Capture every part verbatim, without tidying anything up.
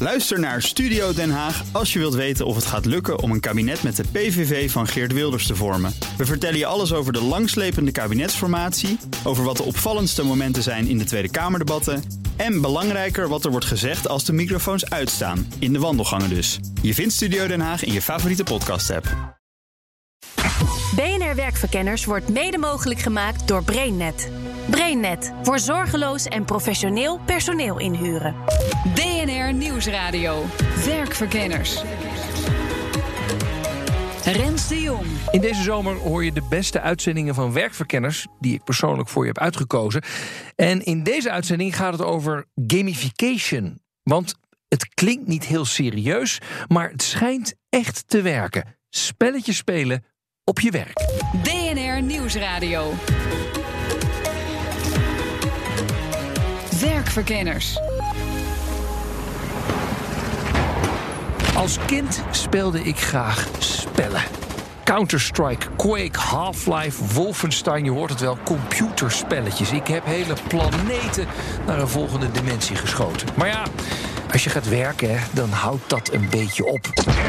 Luister naar Studio Den Haag als je wilt weten of het gaat lukken om een kabinet met de P V V van Geert Wilders te vormen. We vertellen je alles over de langslepende kabinetsformatie, over wat de opvallendste momenten zijn in de Tweede Kamerdebatten en belangrijker wat er wordt gezegd als de microfoons uitstaan, in de wandelgangen dus. Je vindt Studio Den Haag in je favoriete podcast-app. B N R Werkverkenners wordt mede mogelijk gemaakt door BrainNet. BrainNet, voor zorgeloos en professioneel personeel inhuren. B N R Nieuwsradio. Werkverkenners. Rens de Jong. In deze zomer hoor je de beste uitzendingen van Werkverkenners die ik persoonlijk voor je heb uitgekozen. En in deze uitzending gaat het over gamification. Want het klinkt niet heel serieus, maar het schijnt echt te werken. Spelletjes spelen op je werk. B N R Nieuwsradio. Werkverkenners. Als kind speelde ik graag spellen. Counter-Strike, Quake, Half-Life, Wolfenstein, je hoort het wel, computerspelletjes. Ik heb hele planeten naar een volgende dimensie geschoten. Maar ja, als je gaat werken, dan houdt dat een beetje op.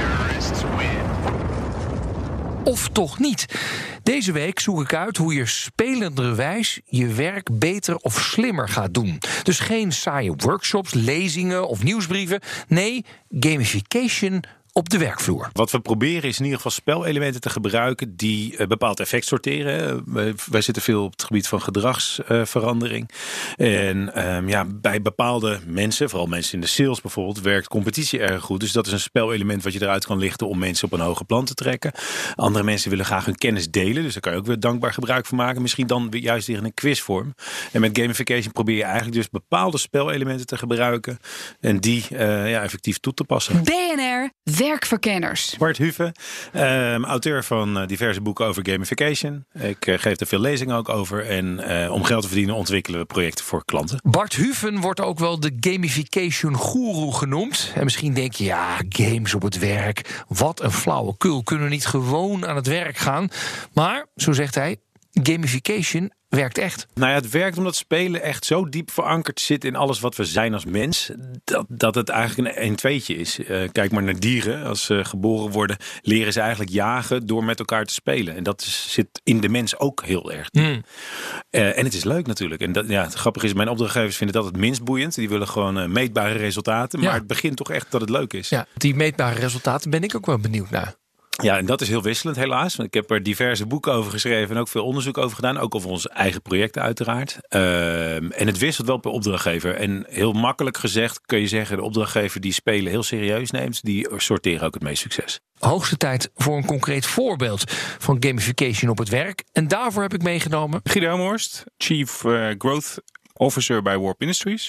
Of toch niet? Deze week zoek ik uit hoe je spelenderwijs je werk beter of slimmer gaat doen. Dus geen saaie workshops, lezingen of nieuwsbrieven. Nee, gamification op de werkvloer. Wat we proberen is in ieder geval spelelementen te gebruiken die een bepaald effect sorteren. Wij, wij zitten veel op het gebied van gedragsverandering. Uh, en um, ja, bij bepaalde mensen, vooral mensen in de sales bijvoorbeeld, werkt competitie erg goed. Dus dat is een spelelement wat je eruit kan lichten om mensen op een hoger plan te trekken. Andere mensen willen graag hun kennis delen. Dus daar kan je ook weer dankbaar gebruik van maken. Misschien dan weer juist weer in een quizvorm. En met gamification probeer je eigenlijk dus bepaalde spelelementen te gebruiken. En die uh, ja, effectief toe te passen. B N R Werkverkenners. Bart Huven, uh, auteur van uh, diverse boeken over gamification. Ik uh, geef er veel lezingen ook over. En uh, om geld te verdienen ontwikkelen we projecten voor klanten. Bart Huven wordt ook wel de gamification goeroe genoemd. En misschien denk je, ja, games op het werk. Wat een flauwekul. Kunnen we niet gewoon aan het werk gaan? Maar, zo zegt hij, gamification werkt echt. Nou ja, het werkt omdat spelen echt zo diep verankerd zit in alles wat we zijn als mens, dat, dat het eigenlijk een een-tweetje is. Uh, kijk maar naar dieren. Als ze geboren worden, leren ze eigenlijk jagen door met elkaar te spelen. En dat is, zit in de mens ook heel erg diep. Mm. Uh, en het is leuk natuurlijk. En dat, ja, het grappige is, mijn opdrachtgevers vinden dat het minst boeiend. Die willen gewoon uh, meetbare resultaten. Maar ja, het begint toch echt dat het leuk is. Ja, die meetbare resultaten ben ik ook wel benieuwd naar. Ja, en dat is heel wisselend helaas. Want ik heb er diverse boeken over geschreven en ook veel onderzoek over gedaan. Ook over onze eigen projecten uiteraard. Uh, en het wisselt wel per opdrachtgever. En heel makkelijk gezegd kun je zeggen, de opdrachtgever die spelen heel serieus neemt, die sorteren ook het meest succes. Hoogste tijd voor een concreet voorbeeld van gamification op het werk. En daarvoor heb ik meegenomen Guido Helmhorst, Chief uh, Growth Officer bij Warp Industries.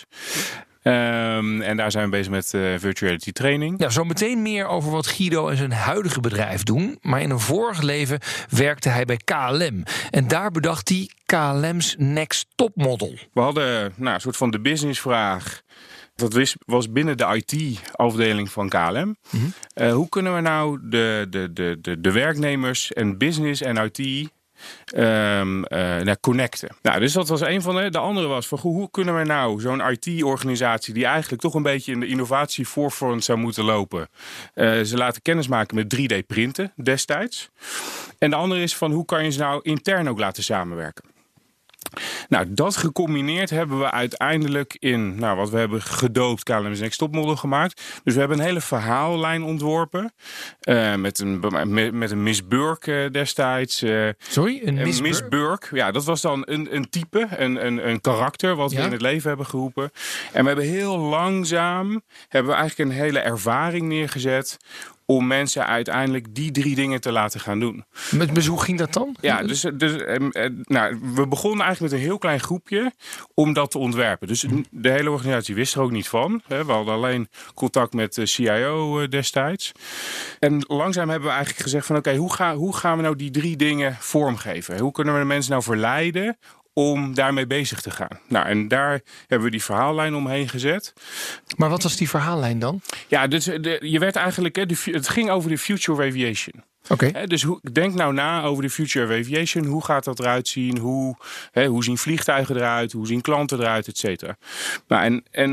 Um, en daar zijn we bezig met uh, virtual reality training. Ja, zo meteen meer over wat Guido en zijn huidige bedrijf doen. Maar in een vorig leven werkte hij bij K L M. En daar bedacht hij K L M's Next Top Model. We hadden nou, een soort van de businessvraag. Dat was binnen de I T-afdeling van K L M. Mm-hmm. Uh, hoe kunnen we nou de, de, de, de, de werknemers en business en I T Um, uh, nou, connecten. Nou, dus dat was een van de. De andere was van hoe kunnen we nou zo'n I T-organisatie die eigenlijk toch een beetje in de innovatie voorfront zou moeten lopen, uh, ze laten kennismaken met drie D printen destijds. En de andere is van hoe kan je ze nou intern ook laten samenwerken. Nou, dat gecombineerd hebben we uiteindelijk in nou, wat we hebben gedoopt K L M's Next Top Model gemaakt. Dus we hebben een hele verhaallijn ontworpen. Uh, met, een, met, met een Miss Burke uh, destijds. Uh, Sorry, een Miss, Miss Burke? Burke. Ja, dat was dan een, een type, een, een, een karakter wat ja? we in het leven hebben geroepen. En we hebben heel langzaam, hebben we eigenlijk een hele ervaring neergezet om mensen uiteindelijk die drie dingen te laten gaan doen. Met, dus hoe ging dat dan? Ja, dus, dus eh, nou, we begonnen eigenlijk met een heel klein groepje om dat te ontwerpen. Dus de hele organisatie wist er ook niet van. Hè. We hadden alleen contact met de C I O eh, destijds. En langzaam hebben we eigenlijk gezegd van oké, okay, hoe, ga, hoe gaan we nou die drie dingen vormgeven? Hoe kunnen we de mensen nou verleiden om daarmee bezig te gaan? Nou, en daar hebben we die verhaallijn omheen gezet. Maar wat was die verhaallijn dan? Ja, dus de, je werd eigenlijk, hè, de, het ging over de future of aviation. Oké. Okay. Dus hoe, denk nou na over de future of aviation. Hoe gaat dat eruit zien? Hoe, hè, hoe zien vliegtuigen eruit? Hoe zien klanten eruit? Et cetera. Nou, en, en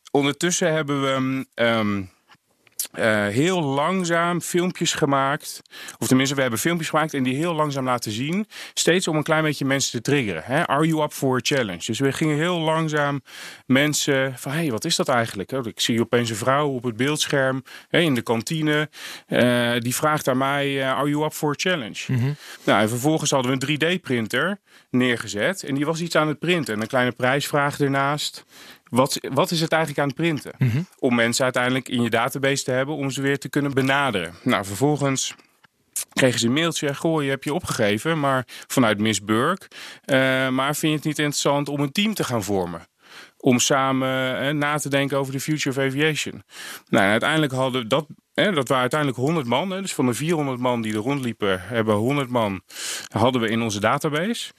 ondertussen hebben we um, uh, heel langzaam filmpjes gemaakt. Of tenminste, we hebben filmpjes gemaakt en die heel langzaam laten zien. Steeds om een klein beetje mensen te triggeren. Hè? Are you up for a challenge? Dus we gingen heel langzaam mensen van, hé, hey, wat is dat eigenlijk? Ik zie opeens een vrouw op het beeldscherm hè, in de kantine. Uh, die vraagt aan mij, uh, are you up for a challenge? Mm-hmm. Nou, en vervolgens hadden we een drie D-printer neergezet. En die was iets aan het printen. En een kleine prijsvraag ernaast. Wat, wat is het eigenlijk aan het printen? Mm-hmm. Om mensen uiteindelijk in je database te hebben om ze weer te kunnen benaderen. Nou, vervolgens kregen ze een mailtje. Goh, je hebt je opgegeven, maar vanuit Miss Burke. Uh, maar vind je het niet interessant om een team te gaan vormen? Om samen eh, na te denken over de future of aviation. Nou, en uiteindelijk hadden we dat. Eh, dat waren uiteindelijk honderd man. Eh, dus van de vierhonderd man die er rondliepen, hebben honderd man hadden we in onze database.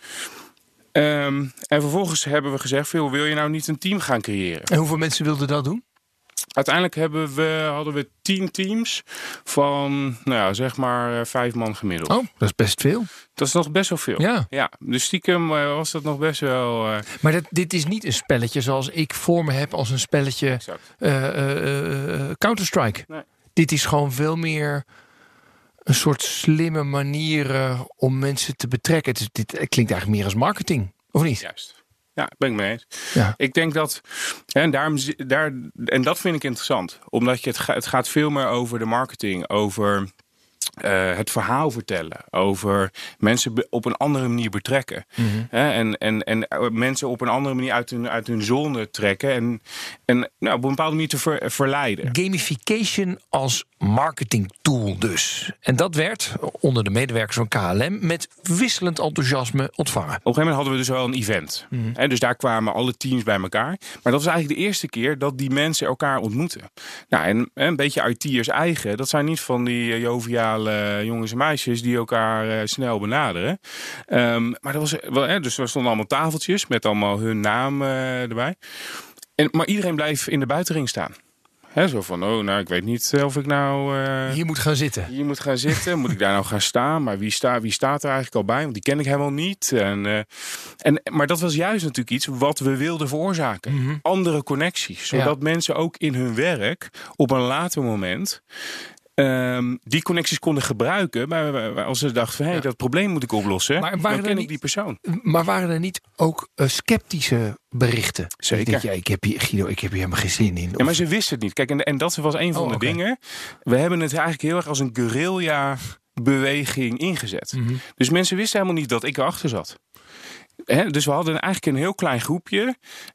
Um, en vervolgens hebben we gezegd, Phil, wil je nou niet een team gaan creëren? En hoeveel mensen wilden dat doen? Uiteindelijk hebben we, hadden we tien teams van, nou ja, zeg maar vijf man gemiddeld. Oh, dat is best veel. Dat is nog best wel veel. Ja. Ja, dus stiekem was dat nog best wel. Uh... Maar dat, dit is niet een spelletje zoals ik voor me heb als een spelletje uh, uh, uh, Counter-Strike. Nee. Dit is gewoon veel meer een soort slimme manieren om mensen te betrekken. Het, is, dit klinkt eigenlijk meer als marketing, of niet? Juist. Ja, ben ik mee eens. Ja. Ik denk dat, en, daarom, daar, en dat vind ik interessant. Omdat je het, het gaat veel meer over de marketing, over uh, het verhaal vertellen, over mensen be, op een andere manier betrekken. Mm-hmm. Hè, en, en, en mensen op een andere manier uit hun, uit hun zone trekken en, en nou, op een bepaalde manier te ver, verleiden. Gamification als marketing tool dus. En dat werd onder de medewerkers van K L M met wisselend enthousiasme ontvangen. Op een gegeven moment hadden we dus wel een event. Mm-hmm. En dus daar kwamen alle teams bij elkaar. Maar dat was eigenlijk de eerste keer dat die mensen elkaar ontmoeten. Nou, en een beetje I T'ers eigen. Dat zijn niet van die joviale jongens en meisjes die elkaar uh, snel benaderen. Um, maar dat was wel, hè, dus er stonden allemaal tafeltjes met allemaal hun naam uh, erbij. En, maar iedereen bleef in de buitenring staan. He, zo van, oh, nou, ik weet niet of ik nou Uh, hier moet gaan zitten. Hier moet gaan zitten. Moet ik daar nou gaan staan? Maar wie, sta, wie staat er eigenlijk al bij? Want die ken ik helemaal niet. En, uh, en, maar dat was juist natuurlijk iets wat we wilden veroorzaken. Mm-hmm. Andere connecties. Zodat ja. mensen ook in hun werk op een later moment Um, die connecties konden gebruiken. Maar als ze dachten van, hé, hey, ja. dat probleem moet ik oplossen. Maar dan ken ik niet, die persoon. Maar waren er niet ook uh, sceptische berichten? Zeker. Ik, denk, ja, ik heb hier, Guido, ik heb hier helemaal geen zin in. Ja, maar ze wisten het niet. Kijk, en, en dat was een van oh, de okay. dingen. We hebben het eigenlijk heel erg als een guerrilla beweging ingezet. Mm-hmm. Dus mensen wisten helemaal niet dat ik erachter zat. He, dus we hadden eigenlijk een heel klein groepje.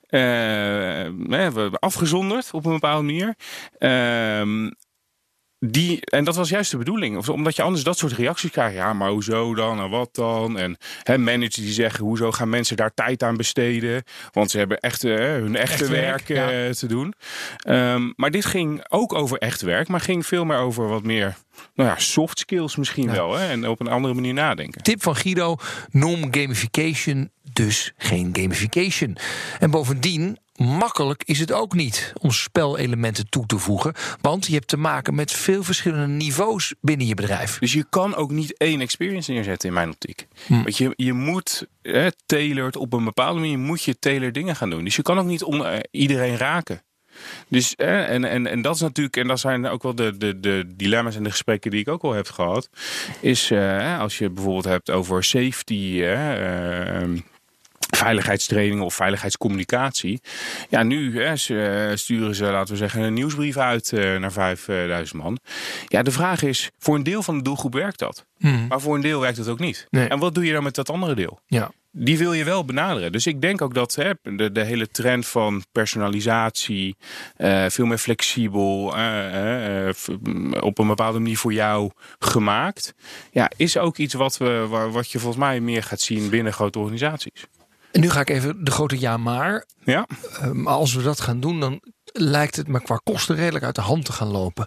Uh, afgezonderd op een bepaalde manier. Uh, Die, en dat was juist de bedoeling. Of, omdat je anders dat soort reacties krijgt. Ja, maar hoezo dan? En wat dan? En hè, managers die zeggen, hoezo gaan mensen daar tijd aan besteden? Want ze hebben echt, uh, hun echte echt werk, werk uh, ja. te doen. Um, maar dit ging ook over echt werk. Maar ging veel meer over wat meer nou ja, soft skills misschien ja. wel. Hè? En op een andere manier nadenken. Tip van Guido, noem gamification dus geen gamification. En bovendien, makkelijk is het ook niet om spelelementen toe te voegen. Want je hebt te maken met veel verschillende niveaus binnen je bedrijf. Dus je kan ook niet één experience neerzetten in mijn optiek. Hm. Want je, je moet eh, tailored op een bepaalde manier moet je tailored dingen gaan doen. Dus je kan ook niet om, uh, iedereen raken. Dus, eh, en, en, en dat is natuurlijk, en dat zijn ook wel de, de, de dilemma's en de gesprekken die ik ook al heb gehad. Is uh, als je bijvoorbeeld hebt over safety. Uh, uh, Veiligheidstraining of veiligheidscommunicatie. Ja, nu hè, sturen ze, laten we zeggen, een nieuwsbrief uit uh, naar vijfduizend man. Ja, de vraag is, voor een deel van de doelgroep werkt dat. Mm. Maar voor een deel werkt het ook niet. Nee. En wat doe je dan met dat andere deel? Ja. Die wil je wel benaderen. Dus ik denk ook dat hè, de, de hele trend van personalisatie, uh, veel meer flexibel, uh, uh, op een bepaalde manier voor jou gemaakt, ja, is ook iets wat, we, wat je volgens mij meer gaat zien binnen grote organisaties. En nu ga ik even de grote ja maar. Ja. Uh, maar als we dat gaan doen, dan lijkt het me qua kosten redelijk uit de hand te gaan lopen.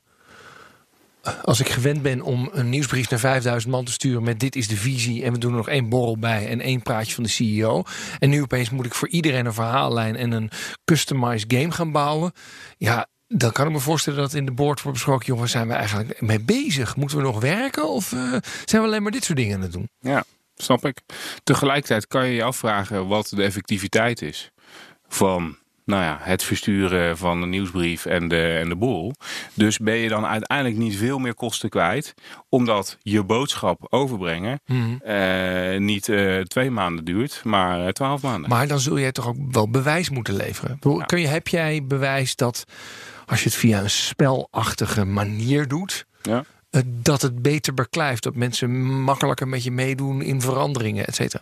Als ik gewend ben om een nieuwsbrief naar vijfduizend man te sturen met dit is de visie en we doen er nog één borrel bij en één praatje van de C E O. En nu opeens moet ik voor iedereen een verhaallijn en een customized game gaan bouwen. Ja, dan kan ik me voorstellen dat in de board wordt besproken, jongens, zijn we eigenlijk mee bezig? Moeten we nog werken of uh, zijn we alleen maar dit soort dingen aan het doen? Ja, snap ik. Tegelijkertijd kan je je afvragen wat de effectiviteit is van nou ja, het versturen van de nieuwsbrief en de, en de boel. Dus ben je dan uiteindelijk niet veel meer kosten kwijt, omdat je boodschap overbrengen mm. uh, niet uh, twee maanden duurt, maar uh, twaalf maanden. Maar dan zul jij toch ook wel bewijs moeten leveren? Ja. Kun je, heb jij bewijs dat als je het via een spelachtige manier doet, ja. uh, dat het beter beklijft, dat mensen makkelijker met je meedoen in veranderingen, et cetera?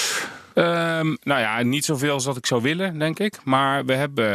Um, nou ja, niet zoveel als dat ik zou willen, denk ik. Maar we hebben,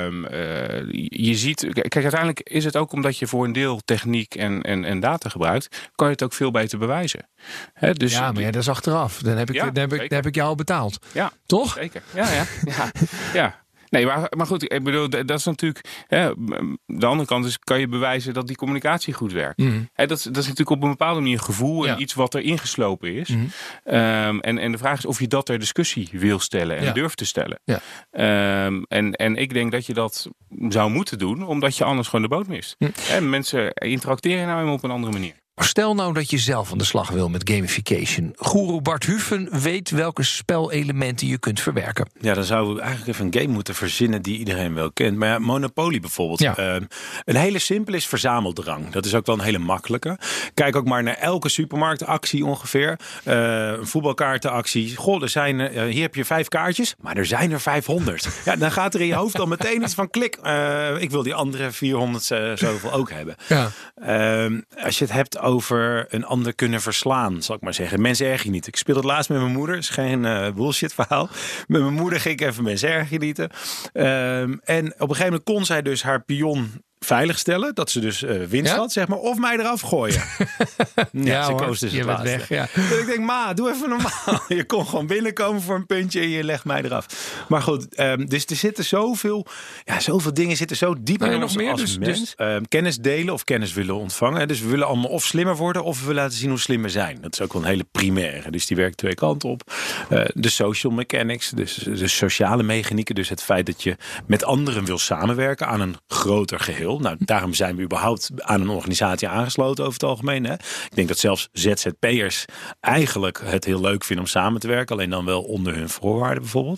uh, je ziet, kijk, uiteindelijk is het ook omdat je voor een deel techniek en, en, en data gebruikt, kan je het ook veel beter bewijzen. He, dus ja, maar ja, dat is achteraf. Dan heb ik, ja, dan heb ik, dan heb ik jou al betaald. Ja, toch? Zeker. Ja, ja, ja. ja. Nee, maar, maar goed, ik bedoel, dat is natuurlijk. Hè, de andere kant is, kan je bewijzen dat die communicatie goed werkt. Mm. Hè, dat, dat is natuurlijk op een bepaalde manier een gevoel en ja. iets wat er ingeslopen is. Mm. Um, en, en de vraag is of je dat ter discussie wil stellen en ja. durft te stellen. Ja. Um, en, en ik denk dat je dat zou moeten doen, omdat je anders gewoon de boot mist. Mm. Hè, mensen interacteren nou op een andere manier. Stel nou dat je zelf aan de slag wil met gamification. Goeroe Bart Hufen weet welke spelelementen je kunt verwerken. Ja, dan zouden we eigenlijk even een game moeten verzinnen die iedereen wel kent. Maar ja, Monopoly bijvoorbeeld. Ja. Uh, een hele simpele is verzameldrang. Dat is ook wel een hele makkelijke. Kijk ook maar naar elke supermarktactie ongeveer. Uh, een voetbalkaartenactie. Goh, er zijn, uh, hier heb je vijf kaartjes, maar er zijn er vijfhonderd. Ja, dan gaat er in je hoofd al meteen iets van klik. Uh, ik wil die andere vierhonderd uh, zoveel ook hebben. Ja. Uh, als je het hebt over een ander kunnen verslaan, zal ik maar zeggen. Mensen erg genieten. Ik speelde het laatst met mijn moeder. Het is geen uh, bullshit verhaal. Met mijn moeder ging ik even mensen erg genieten. Um, en op een gegeven moment kon zij dus haar pion veilig stellen, dat ze dus uh, winst ja? had, zeg maar, of mij eraf gooien. ja, ja, ze hoor, koos dus het laatste. Weg, ja. Dus ik denk, ma, doe even normaal. Je kon gewoon binnenkomen voor een puntje en je legt mij eraf. Maar goed, um, dus er zitten zoveel, ja, zoveel dingen zitten zo diep in ons als dus, mens. Dus... Um, kennis delen of kennis willen ontvangen. Dus we willen allemaal of slimmer worden of we willen laten zien hoe slimmer zijn. Dat is ook wel een hele primaire. Dus die werkt twee kanten op. Uh, de social mechanics, dus de sociale mechanieken. Dus het feit dat je met anderen wil samenwerken aan een groter geheel. Nou, daarom zijn we überhaupt aan een organisatie aangesloten over het algemeen. Hè? Ik denk dat zelfs Z Z P'ers eigenlijk het heel leuk vinden om samen te werken. Alleen dan wel onder hun voorwaarden bijvoorbeeld.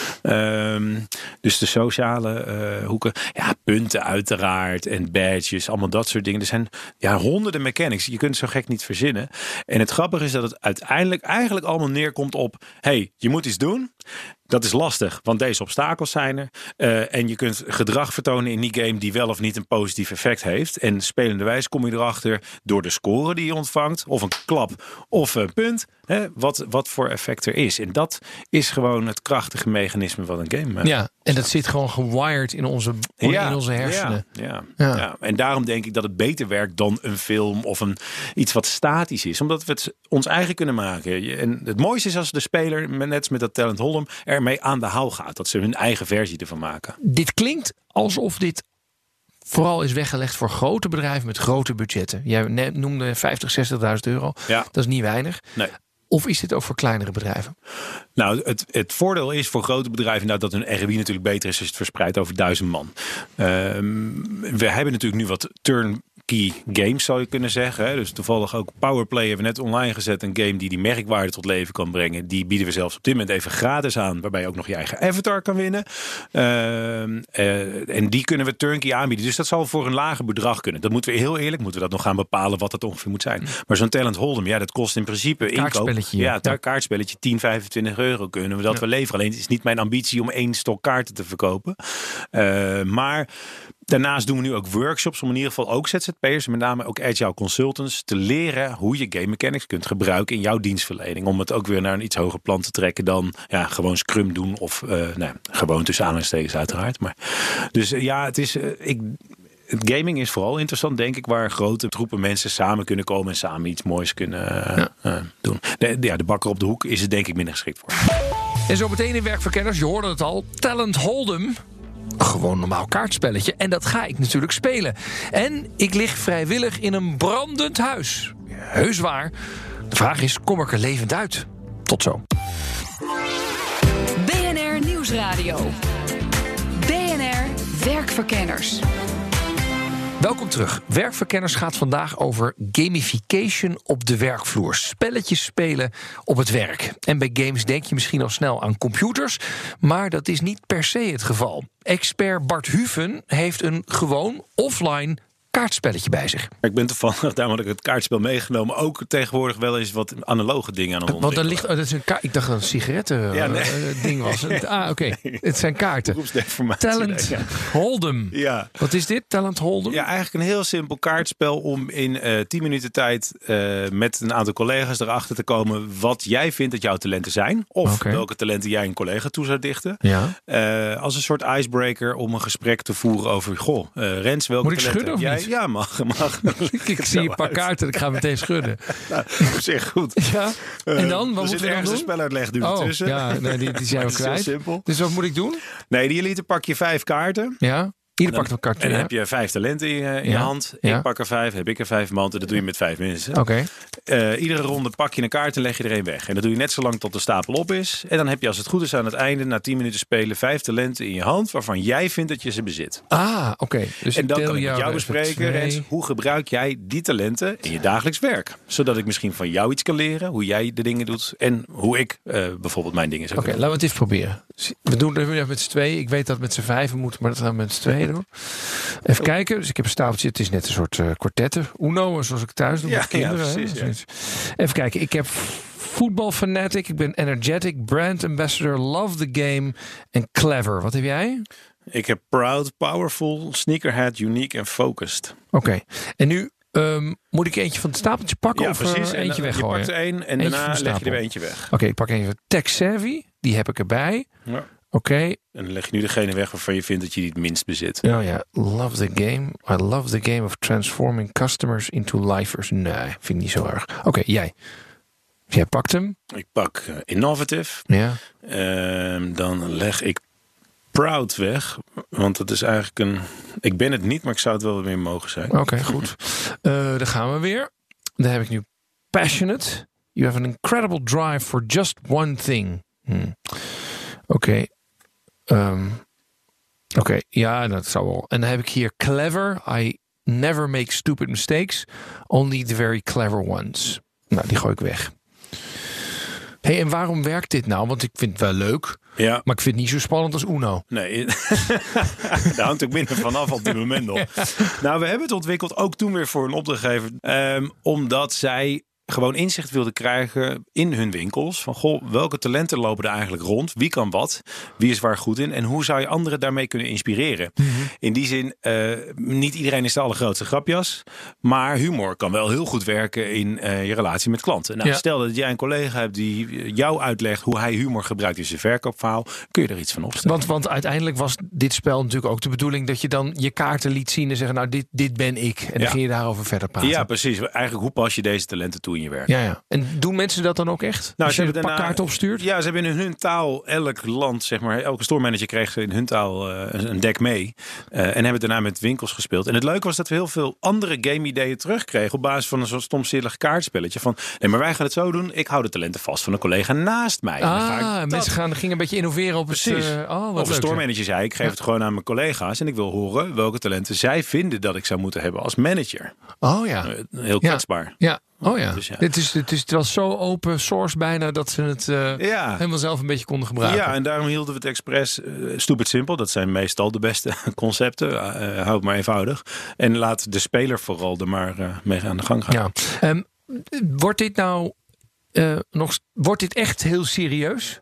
Um, dus de sociale uh, hoeken. Ja, punten uiteraard. En badges. Allemaal dat soort dingen. Er zijn ja, honderden mechanics. Je kunt het zo gek niet verzinnen. En het grappige is dat het uiteindelijk eigenlijk allemaal neerkomt op... hey, je moet iets doen. Dat is lastig, want deze obstakels zijn er. Uh, en je kunt gedrag vertonen in die game die wel of niet een positief effect heeft. En spelenderwijs kom je erachter door de score die je ontvangt. Of een klap of een punt. Hè, wat, wat voor effect er is. En dat is gewoon het krachtige mechanisme van een game. Ja, en dat zit gewoon gewired in onze, ja, in onze hersenen. Ja, ja, ja. Ja. En daarom denk ik dat het beter werkt dan een film of een, iets wat statisch is. Omdat we het ons eigen kunnen maken. En het mooiste is als de speler, net als met dat Talent Hold'em, ermee aan de haal gaat. Dat ze hun eigen versie ervan maken. Dit klinkt alsof dit vooral is weggelegd voor grote bedrijven met grote budgetten. Jij noemde vijftig, zestigduizend euro. Ja. Dat is niet weinig. Nee. Of is dit ook voor kleinere bedrijven? Nou, het, het voordeel is voor grote bedrijven nou, dat hun R O I natuurlijk beter is als je het verspreidt over duizend man. Um, we hebben natuurlijk nu wat turn key games, zou je kunnen zeggen. Hè? Dus toevallig ook Powerplay hebben we net online gezet. Een game die die merkwaarde tot leven kan brengen. Die bieden we zelfs op dit moment even gratis aan. Waarbij je ook nog je eigen avatar kan winnen. Uh, uh, en die kunnen we turnkey aanbieden. Dus dat zal voor een lager bedrag kunnen. Dat moeten we heel eerlijk, moeten we dat nog gaan bepalen wat dat ongeveer moet zijn. Maar zo'n Talent Hold'em, ja, dat kost in principe inkoop. Ja, ja. kaartspelletje tien, vijfentwintig euro kunnen we dat ja. wel leveren. Alleen het is niet mijn ambitie om één stok kaarten te verkopen. Uh, maar daarnaast doen we nu ook workshops om in ieder geval ook Z Z P'ers, met name ook agile consultants, te leren hoe je game mechanics kunt gebruiken in jouw dienstverlening. Om het ook weer naar een iets hoger plan te trekken dan ja, gewoon Scrum doen of uh, nou, gewoon tussen aanhalingstekens uiteraard. Maar, dus uh, ja, het is... Uh, ik, Het gaming is vooral interessant, denk ik, waar grote troepen mensen samen kunnen komen en samen iets moois kunnen uh, ja. uh, doen. De, de, ja, de bakker op de hoek is het denk ik minder geschikt voor. En zo meteen in Werkverkenners, je hoorde het al, Talent Hold'em. Gewoon normaal kaartspelletje. En dat ga ik natuurlijk spelen. En ik lig vrijwillig in een brandend huis. Heus waar. De vraag is, kom ik er levend uit? Tot zo. B N R Nieuwsradio. B N R Werkverkenners. Welkom terug. Werkverkenners gaat vandaag over gamification op de werkvloer. Spelletjes spelen op het werk. En bij games denk je misschien al snel aan computers, maar dat is niet per se het geval. Expert Bart Huven heeft een gewoon offline kaartspelletje bij zich. Ik ben toevallig, daarom had ik het kaartspel meegenomen, ook tegenwoordig wel eens wat analoge dingen aan het Want ontwikkelen. er ligt, oh, dat is een ka- ik dacht dat het een sigaretten Ja, nee. uh, ding was. Ah, oké. Okay. Het zijn kaarten. Beroepsdeformatie. Talent Ja. Hold'em. Ja. Wat is dit? Talent Hold'em? Ja, eigenlijk een heel simpel kaartspel om in uh, tien minuten tijd uh, met een aantal collega's erachter te komen wat jij vindt dat jouw talenten zijn. Of Okay. welke talenten jij een collega toe zou dichten. Ja. Uh, als een soort icebreaker om een gesprek te voeren over, goh, uh, Rens, welke Moet ik talenten schudden of heb jij? niet? Ja, mag. mag. Ik, ik zie een paar kaarten en ik ga meteen schudden. Nou, op zich goed. Ja. En dan? Wat er moeten zit we dan ergens een doen? speluitleg nu Oh, tussen. ja, nee, die, die zijn we Het is heel kwijt. simpel. Dus wat moet ik doen? Nee, die elite pak je vijf kaarten. Ja. Ieder En pakt een kaart. En dan ja. heb je vijf talenten in je, in je Ja. hand. Ja. Ik pak er vijf, heb ik er vijf in mijn hand. En dat doe je met vijf mensen. Oké. Uh, iedere ronde pak je een kaart en leg je er één weg. En dat doe je net zo lang tot de stapel op is. En dan heb je als het goed is aan het einde, na tien minuten spelen, vijf talenten in je hand waarvan jij vindt dat je ze bezit. Ah, oké. Okay. Dus En dan ik kan ik met jou even bespreken, twee. Rens, hoe gebruik jij die talenten in je dagelijks werk? Zodat ik misschien van jou iets kan leren, hoe jij de dingen doet en hoe ik uh, bijvoorbeeld mijn dingen zou Oké, doen. laten we het even proberen. We doen het nu met z'n tweeën. Ik weet dat het met z'n vijven moet, maar dat gaan we met z'n tweeën doen. Even kijken. Dus ik heb een stapeltje. Het is net een soort uh, kwartetten. Uno, zoals ik thuis doe Ja, met kinderen. ja, precies, hè? ja. Even kijken. Ik heb voetbalfanatic. Ik ben energetic, brand ambassador, love the game en clever. Wat heb jij? Ik heb proud, powerful, sneakerhead, unique en focused. Oké. Okay. En nu um, moet ik eentje van het stapeltje pakken Ja, of precies. uh, eentje en, weggooien? Je pakt er één en eentje daarna van de leg je stapel. er eentje weg. Oké, okay, ik pak even tech savvy. Die heb ik erbij. Ja. Oké. Okay. En dan leg je nu degene weg waarvan je vindt dat je die het minst bezit. Oh ja, love the game. I love the game of transforming customers into lifers. Nee, vind ik niet zo erg. Oké, okay, jij. Jij pakt hem. Ik pak uh, innovative. Ja. Uh, dan leg ik proud weg. Want dat is eigenlijk een... Ik ben het niet, maar ik zou het wel weer mogen zijn. Oké, okay, goed. Uh, dan gaan we weer. Dan heb ik nu passionate. You have an incredible drive for just one thing. Hmm. Oké. Okay. Um, Oké, okay, ja, dat zou wel. En dan heb ik hier clever. I never make stupid mistakes. Only the very clever ones. Nou, die gooi ik weg. Hey, en waarom werkt dit nou? Want ik vind het wel leuk. Ja. Maar ik vind het niet zo spannend als Uno. Nee, daar hangt ook minder vanaf op dit moment nog. Nou, we hebben het ontwikkeld ook toen weer voor een opdrachtgever. Um, omdat zij gewoon inzicht wilden krijgen in hun winkels. Van, goh, welke talenten lopen er eigenlijk rond? Wie kan wat? Wie is waar goed in? En hoe zou je anderen daarmee kunnen inspireren? Mm-hmm. In die zin, uh, niet iedereen is de allergrootste grapjas. Maar humor kan wel heel goed werken in uh, je relatie met klanten. Nou, ja. Stel dat jij een collega hebt die jou uitlegt hoe hij humor gebruikt in zijn verkoopverhaal. Kun je er iets van opstellen? Want, want uiteindelijk was dit spel natuurlijk ook de bedoeling dat je dan je kaarten liet zien en zeggen, nou, dit, dit ben ik. En dan ja. ging je daarover verder praten. Ja, precies. Eigenlijk, hoe pas je deze talenten toe in je werk? Ja, ja. En doen mensen dat dan ook echt? Nou, als je een pakkaart opstuurt? Ja, ze hebben in hun taal, elk land, zeg maar, elke store manager kreeg in hun taal uh, een deck mee. Uh, en hebben daarna met winkels gespeeld. En het leuke was dat we heel veel andere game-ideeën terugkregen op basis van een soort stomzinnig kaartspelletje. Van, nee, maar wij gaan het zo doen. Ik hou de talenten vast van een collega naast mij. Ah, en dan ga ik mensen gaan, gingen een beetje innoveren op Precies. het... Uh, oh, wat of een store manager zei, ik geef ja. het gewoon aan mijn collega's en ik wil horen welke talenten zij vinden dat ik zou moeten hebben als manager. Oh ja. Uh, heel kwetsbaar. Ja. ja. Oh ja, dus ja. Dit is, dit is, het was zo open source bijna dat ze het uh, ja. helemaal zelf een beetje konden gebruiken. Ja, en daarom hielden we het expres uh, stupid simpel. Dat zijn meestal de beste concepten. Uh, hou het maar eenvoudig. En laat de speler vooral er maar uh, mee aan de gang gaan. Ja. Um, wordt dit nou uh, nog, wordt dit echt heel serieus?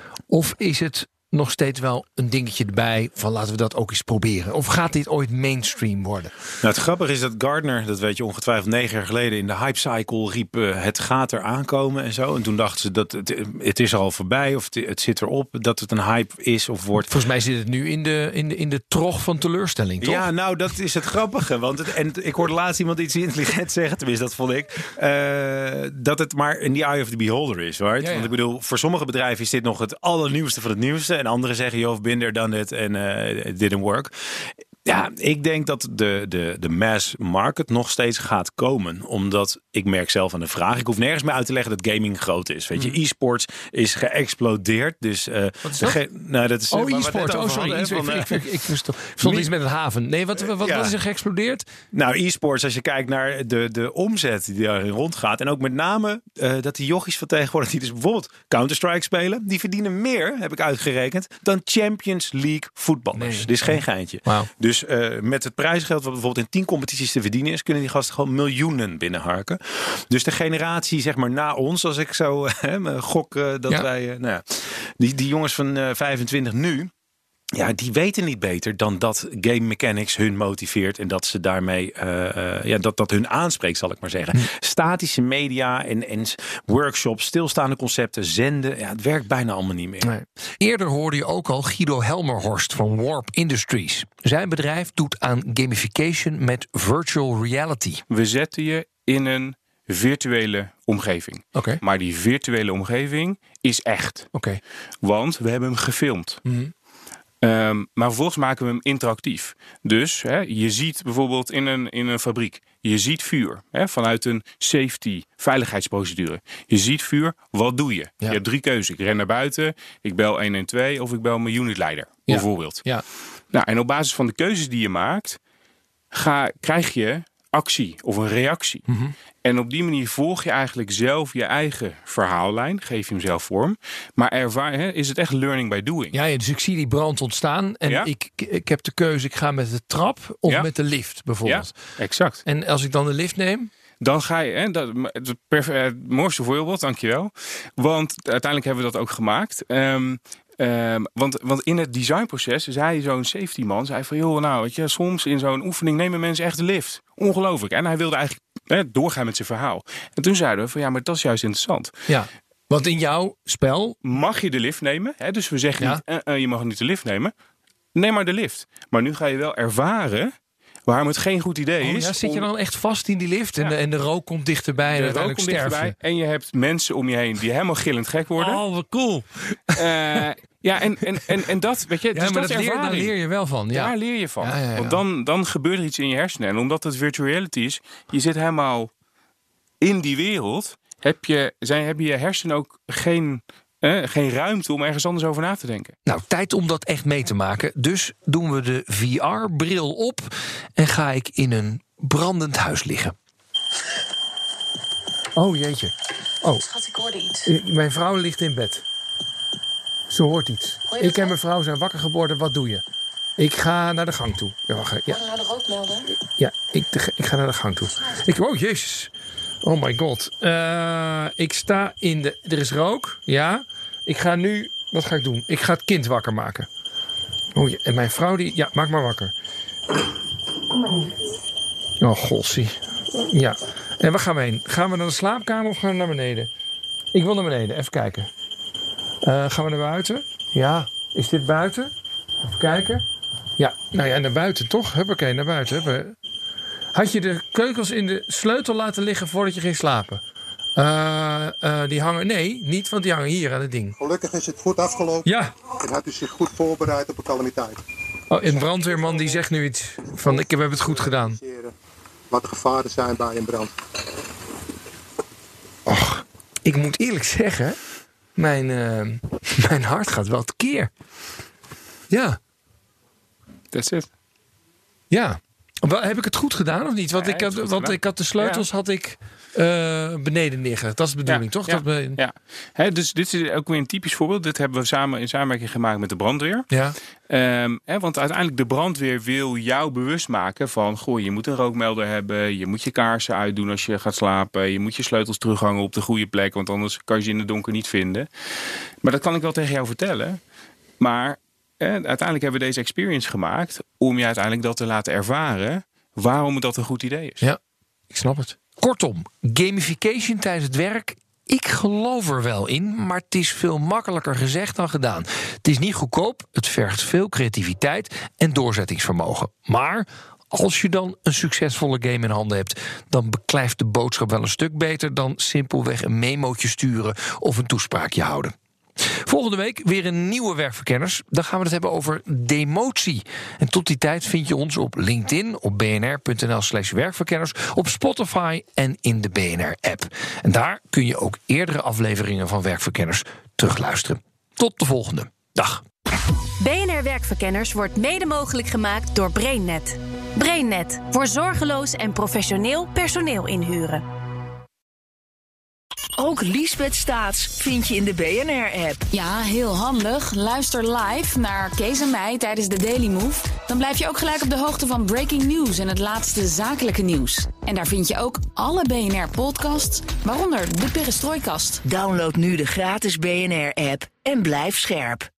Of is het nog steeds wel een dingetje erbij van laten we dat ook eens proberen? Of gaat dit ooit mainstream worden? Nou, het grappige is dat Gartner, dat weet je ongetwijfeld negen jaar geleden in de hype cycle riep uh, het gaat er aankomen en zo. En toen dachten ze dat het, het is al voorbij of het, het zit erop, dat het een hype is of wordt. Volgens mij zit het nu in de, in de, in de trog van teleurstelling, toch? Ja, nou dat is het grappige. Want het, en ik hoorde laatst iemand iets intelligent zeggen, tenminste dat vond ik, uh, dat het maar in the eye of the beholder is. Right? Ja, ja. Want ik bedoel, voor sommige bedrijven is dit nog het allernieuwste van het nieuwste. En anderen zeggen, joh, been there, done it en uh, it didn't work. Ja, ik denk dat de, de, de mass market nog steeds gaat komen. Omdat ik merk zelf aan de vraag. Ik hoef nergens meer uit te leggen dat gaming groot is. Weet je, mm. e-sports is geëxplodeerd. Dus, uh, wat is dat? Ge- nou, dat is oh, e-sport. Oh, sorry. Hadden, van, ik, ik, ik, ik stond iets met een haven. Nee, wat, wat, wat, ja. wat is er geëxplodeerd? Nou, e-sports, als je kijkt naar de, de omzet die daarin rondgaat. En ook met name uh, dat die jochies van tegenwoordig, die dus bijvoorbeeld Counter-Strike spelen, die verdienen meer, heb ik uitgerekend, dan Champions League voetballers. Nee. Dit is geen geintje. Wow. Dus uh, met het prijsgeld wat bijvoorbeeld in tien competities te verdienen is, kunnen die gasten gewoon miljoenen binnenharken. Dus de generatie, zeg maar, na ons, als ik zo uh, gok uh, dat ja. wij, uh, nou ja, die, die jongens van uh, vijfentwintig nu, ja, die weten niet beter dan dat game mechanics hun motiveert en dat ze daarmee, uh, uh, ja, dat dat hun aanspreekt, zal ik maar zeggen. Hm. Statische media en, en workshops, stilstaande concepten, zenden, ja, het werkt bijna allemaal niet meer. Nee. Eerder hoorde je ook al Guido Helmerhorst van Warp Industries. Zijn bedrijf doet aan gamification met virtual reality. We zetten je in een virtuele omgeving. Okay. Maar die virtuele omgeving is echt. Okay. Want we hebben hem gefilmd. Mm-hmm. Um, maar vervolgens maken we hem interactief. Dus hè, je ziet bijvoorbeeld in een, in een fabriek, je ziet vuur hè, vanuit een safety, veiligheidsprocedure. Je ziet vuur, wat doe je? Ja. Je hebt drie keuzes. Ik ren naar buiten, ik bel een een twee of ik bel mijn unitleider, ja. bijvoorbeeld. Ja. Nou, en op basis van de keuzes die je maakt, ga, krijg je actie of een reactie. Mm-hmm. En op die manier volg je eigenlijk zelf je eigen verhaallijn. Geef je hem zelf vorm. Maar ervaar, hè, is het echt learning by doing. Ja, dus ik zie die brand ontstaan. En ja? ik, ik heb de keuze, ik ga met de trap of ja? met de lift bijvoorbeeld. Ja, exact. En als ik dan de lift neem? Dan ga je, hè, dat, het, perf- het mooiste voorbeeld, dankjewel. Want uiteindelijk hebben we dat ook gemaakt. Um, Um, want, want in het designproces zei zo'n safety man, zei van joh, nou weet je, soms in zo'n oefening nemen mensen echt de lift. Ongelooflijk. En hij wilde eigenlijk hè, doorgaan met zijn verhaal. En toen zeiden we van ja, maar dat is juist interessant. Ja. Want in jouw spel mag je de lift nemen. Hè? Dus we zeggen ja. niet, uh, uh, je mag niet de lift nemen. Neem maar de lift. Maar nu ga je wel ervaren waarom het geen goed idee oh, is. Ja, zit je dan echt vast in die lift en, ja. de, en de rook komt dichterbij en uiteindelijk sterf je. En je hebt mensen om je heen die helemaal gillend gek worden. Oh, wat cool. Uh, ja, en, en, en, en dat, weet je, ja, dus maar dat, dat leer, daar leer je wel van. Ja. Daar leer je van. Ja, ja, ja. Want dan, dan gebeurt er iets in je hersenen. En omdat het virtual reality is, je zit helemaal in die wereld, heb je, zijn, heb je je hersenen ook geen... Eh, geen ruimte om ergens anders over na te denken. Nou, tijd om dat echt mee te maken. Dus doen we de V R-bril op en ga ik in een brandend huis liggen. Oh, jeetje. Oh. Schat, ik hoorde iets. Mijn vrouw ligt in bed. Ze hoort iets. Ik en mijn vrouw zijn wakker geworden. Wat doe je? Ik ga naar de gang toe. Ja, wacht, ja. Ga naar de rookmelder. Ja, ik, de, ik ga naar de gang toe. Ik, oh, jezus. Oh my god. Uh, ik sta in de... Er is rook, ja. Ik ga nu... Wat ga ik doen? Ik ga het kind wakker maken. Oh, ja, en mijn vrouw die... Ja, maak maar wakker. Oh, gossie. Ja. En waar gaan we heen? Gaan we naar de slaapkamer of gaan we naar beneden? Ik wil naar beneden. Even kijken. Uh, gaan we naar buiten? Ja. Is dit buiten? Even kijken. Ja. Nou ja, naar buiten toch? Huppakee, naar buiten. Huppakee. Had je de keukens in de sleutel laten liggen voordat je ging slapen? Uh, uh, die hangen... Nee, niet, want die hangen hier aan het ding. Gelukkig is het goed afgelopen. Ja. En had u zich goed voorbereid op een calamiteit. Oh, een brandweerman die zegt nu iets van... Ik heb het goed gedaan. Wat de gevaren zijn bij een brand. Och, ik moet eerlijk zeggen... Mijn, uh, mijn hart gaat wel tekeer. Ja. That's it. Ja. Heb ik het goed gedaan of niet? Want, ja, ik, had, want ik had de sleutels ja. had ik uh, beneden neergelegd. Dat is de bedoeling, ja, toch? Ja, dat be... ja. He, dus dit is ook weer een typisch voorbeeld. Dit hebben we samen in samenwerking gemaakt met de brandweer. Ja. Um, he, want uiteindelijk de brandweer wil jou bewust maken van... Goh, je moet een rookmelder hebben. Je moet je kaarsen uitdoen als je gaat slapen. Je moet je sleutels terughangen op de goede plek. Want anders kan je ze in het donker niet vinden. Maar dat kan ik wel tegen jou vertellen. Maar... En uiteindelijk hebben we deze experience gemaakt om je uiteindelijk dat te laten ervaren waarom dat een goed idee is. Ja, ik snap het. Kortom, gamification tijdens het werk, ik geloof er wel in, maar het is veel makkelijker gezegd dan gedaan. Het is niet goedkoop, het vergt veel creativiteit en doorzettingsvermogen. Maar als je dan een succesvolle game in handen hebt, dan beklijft de boodschap wel een stuk beter dan simpelweg een memootje sturen of een toespraakje houden. Volgende week weer een nieuwe Werkverkenners. Dan gaan we het hebben over demotie. En tot die tijd vind je ons op LinkedIn, op bnr.nl slash werkverkenners, op Spotify en in de B N R-app. En daar kun je ook eerdere afleveringen van Werkverkenners terugluisteren. Tot de volgende. Dag. B N R Werkverkenners wordt mede mogelijk gemaakt door BrainNet. BrainNet, voor zorgeloos en professioneel personeel inhuren. Ook Liesbeth Staats vind je in de B N R-app. Ja, heel handig. Luister live naar Kees en mij tijdens de Daily Move. Dan blijf je ook gelijk op de hoogte van breaking news en het laatste zakelijke nieuws. En daar vind je ook alle B N R-podcasts, waaronder de Perestrooikast. Download nu de gratis B N R-app en blijf scherp.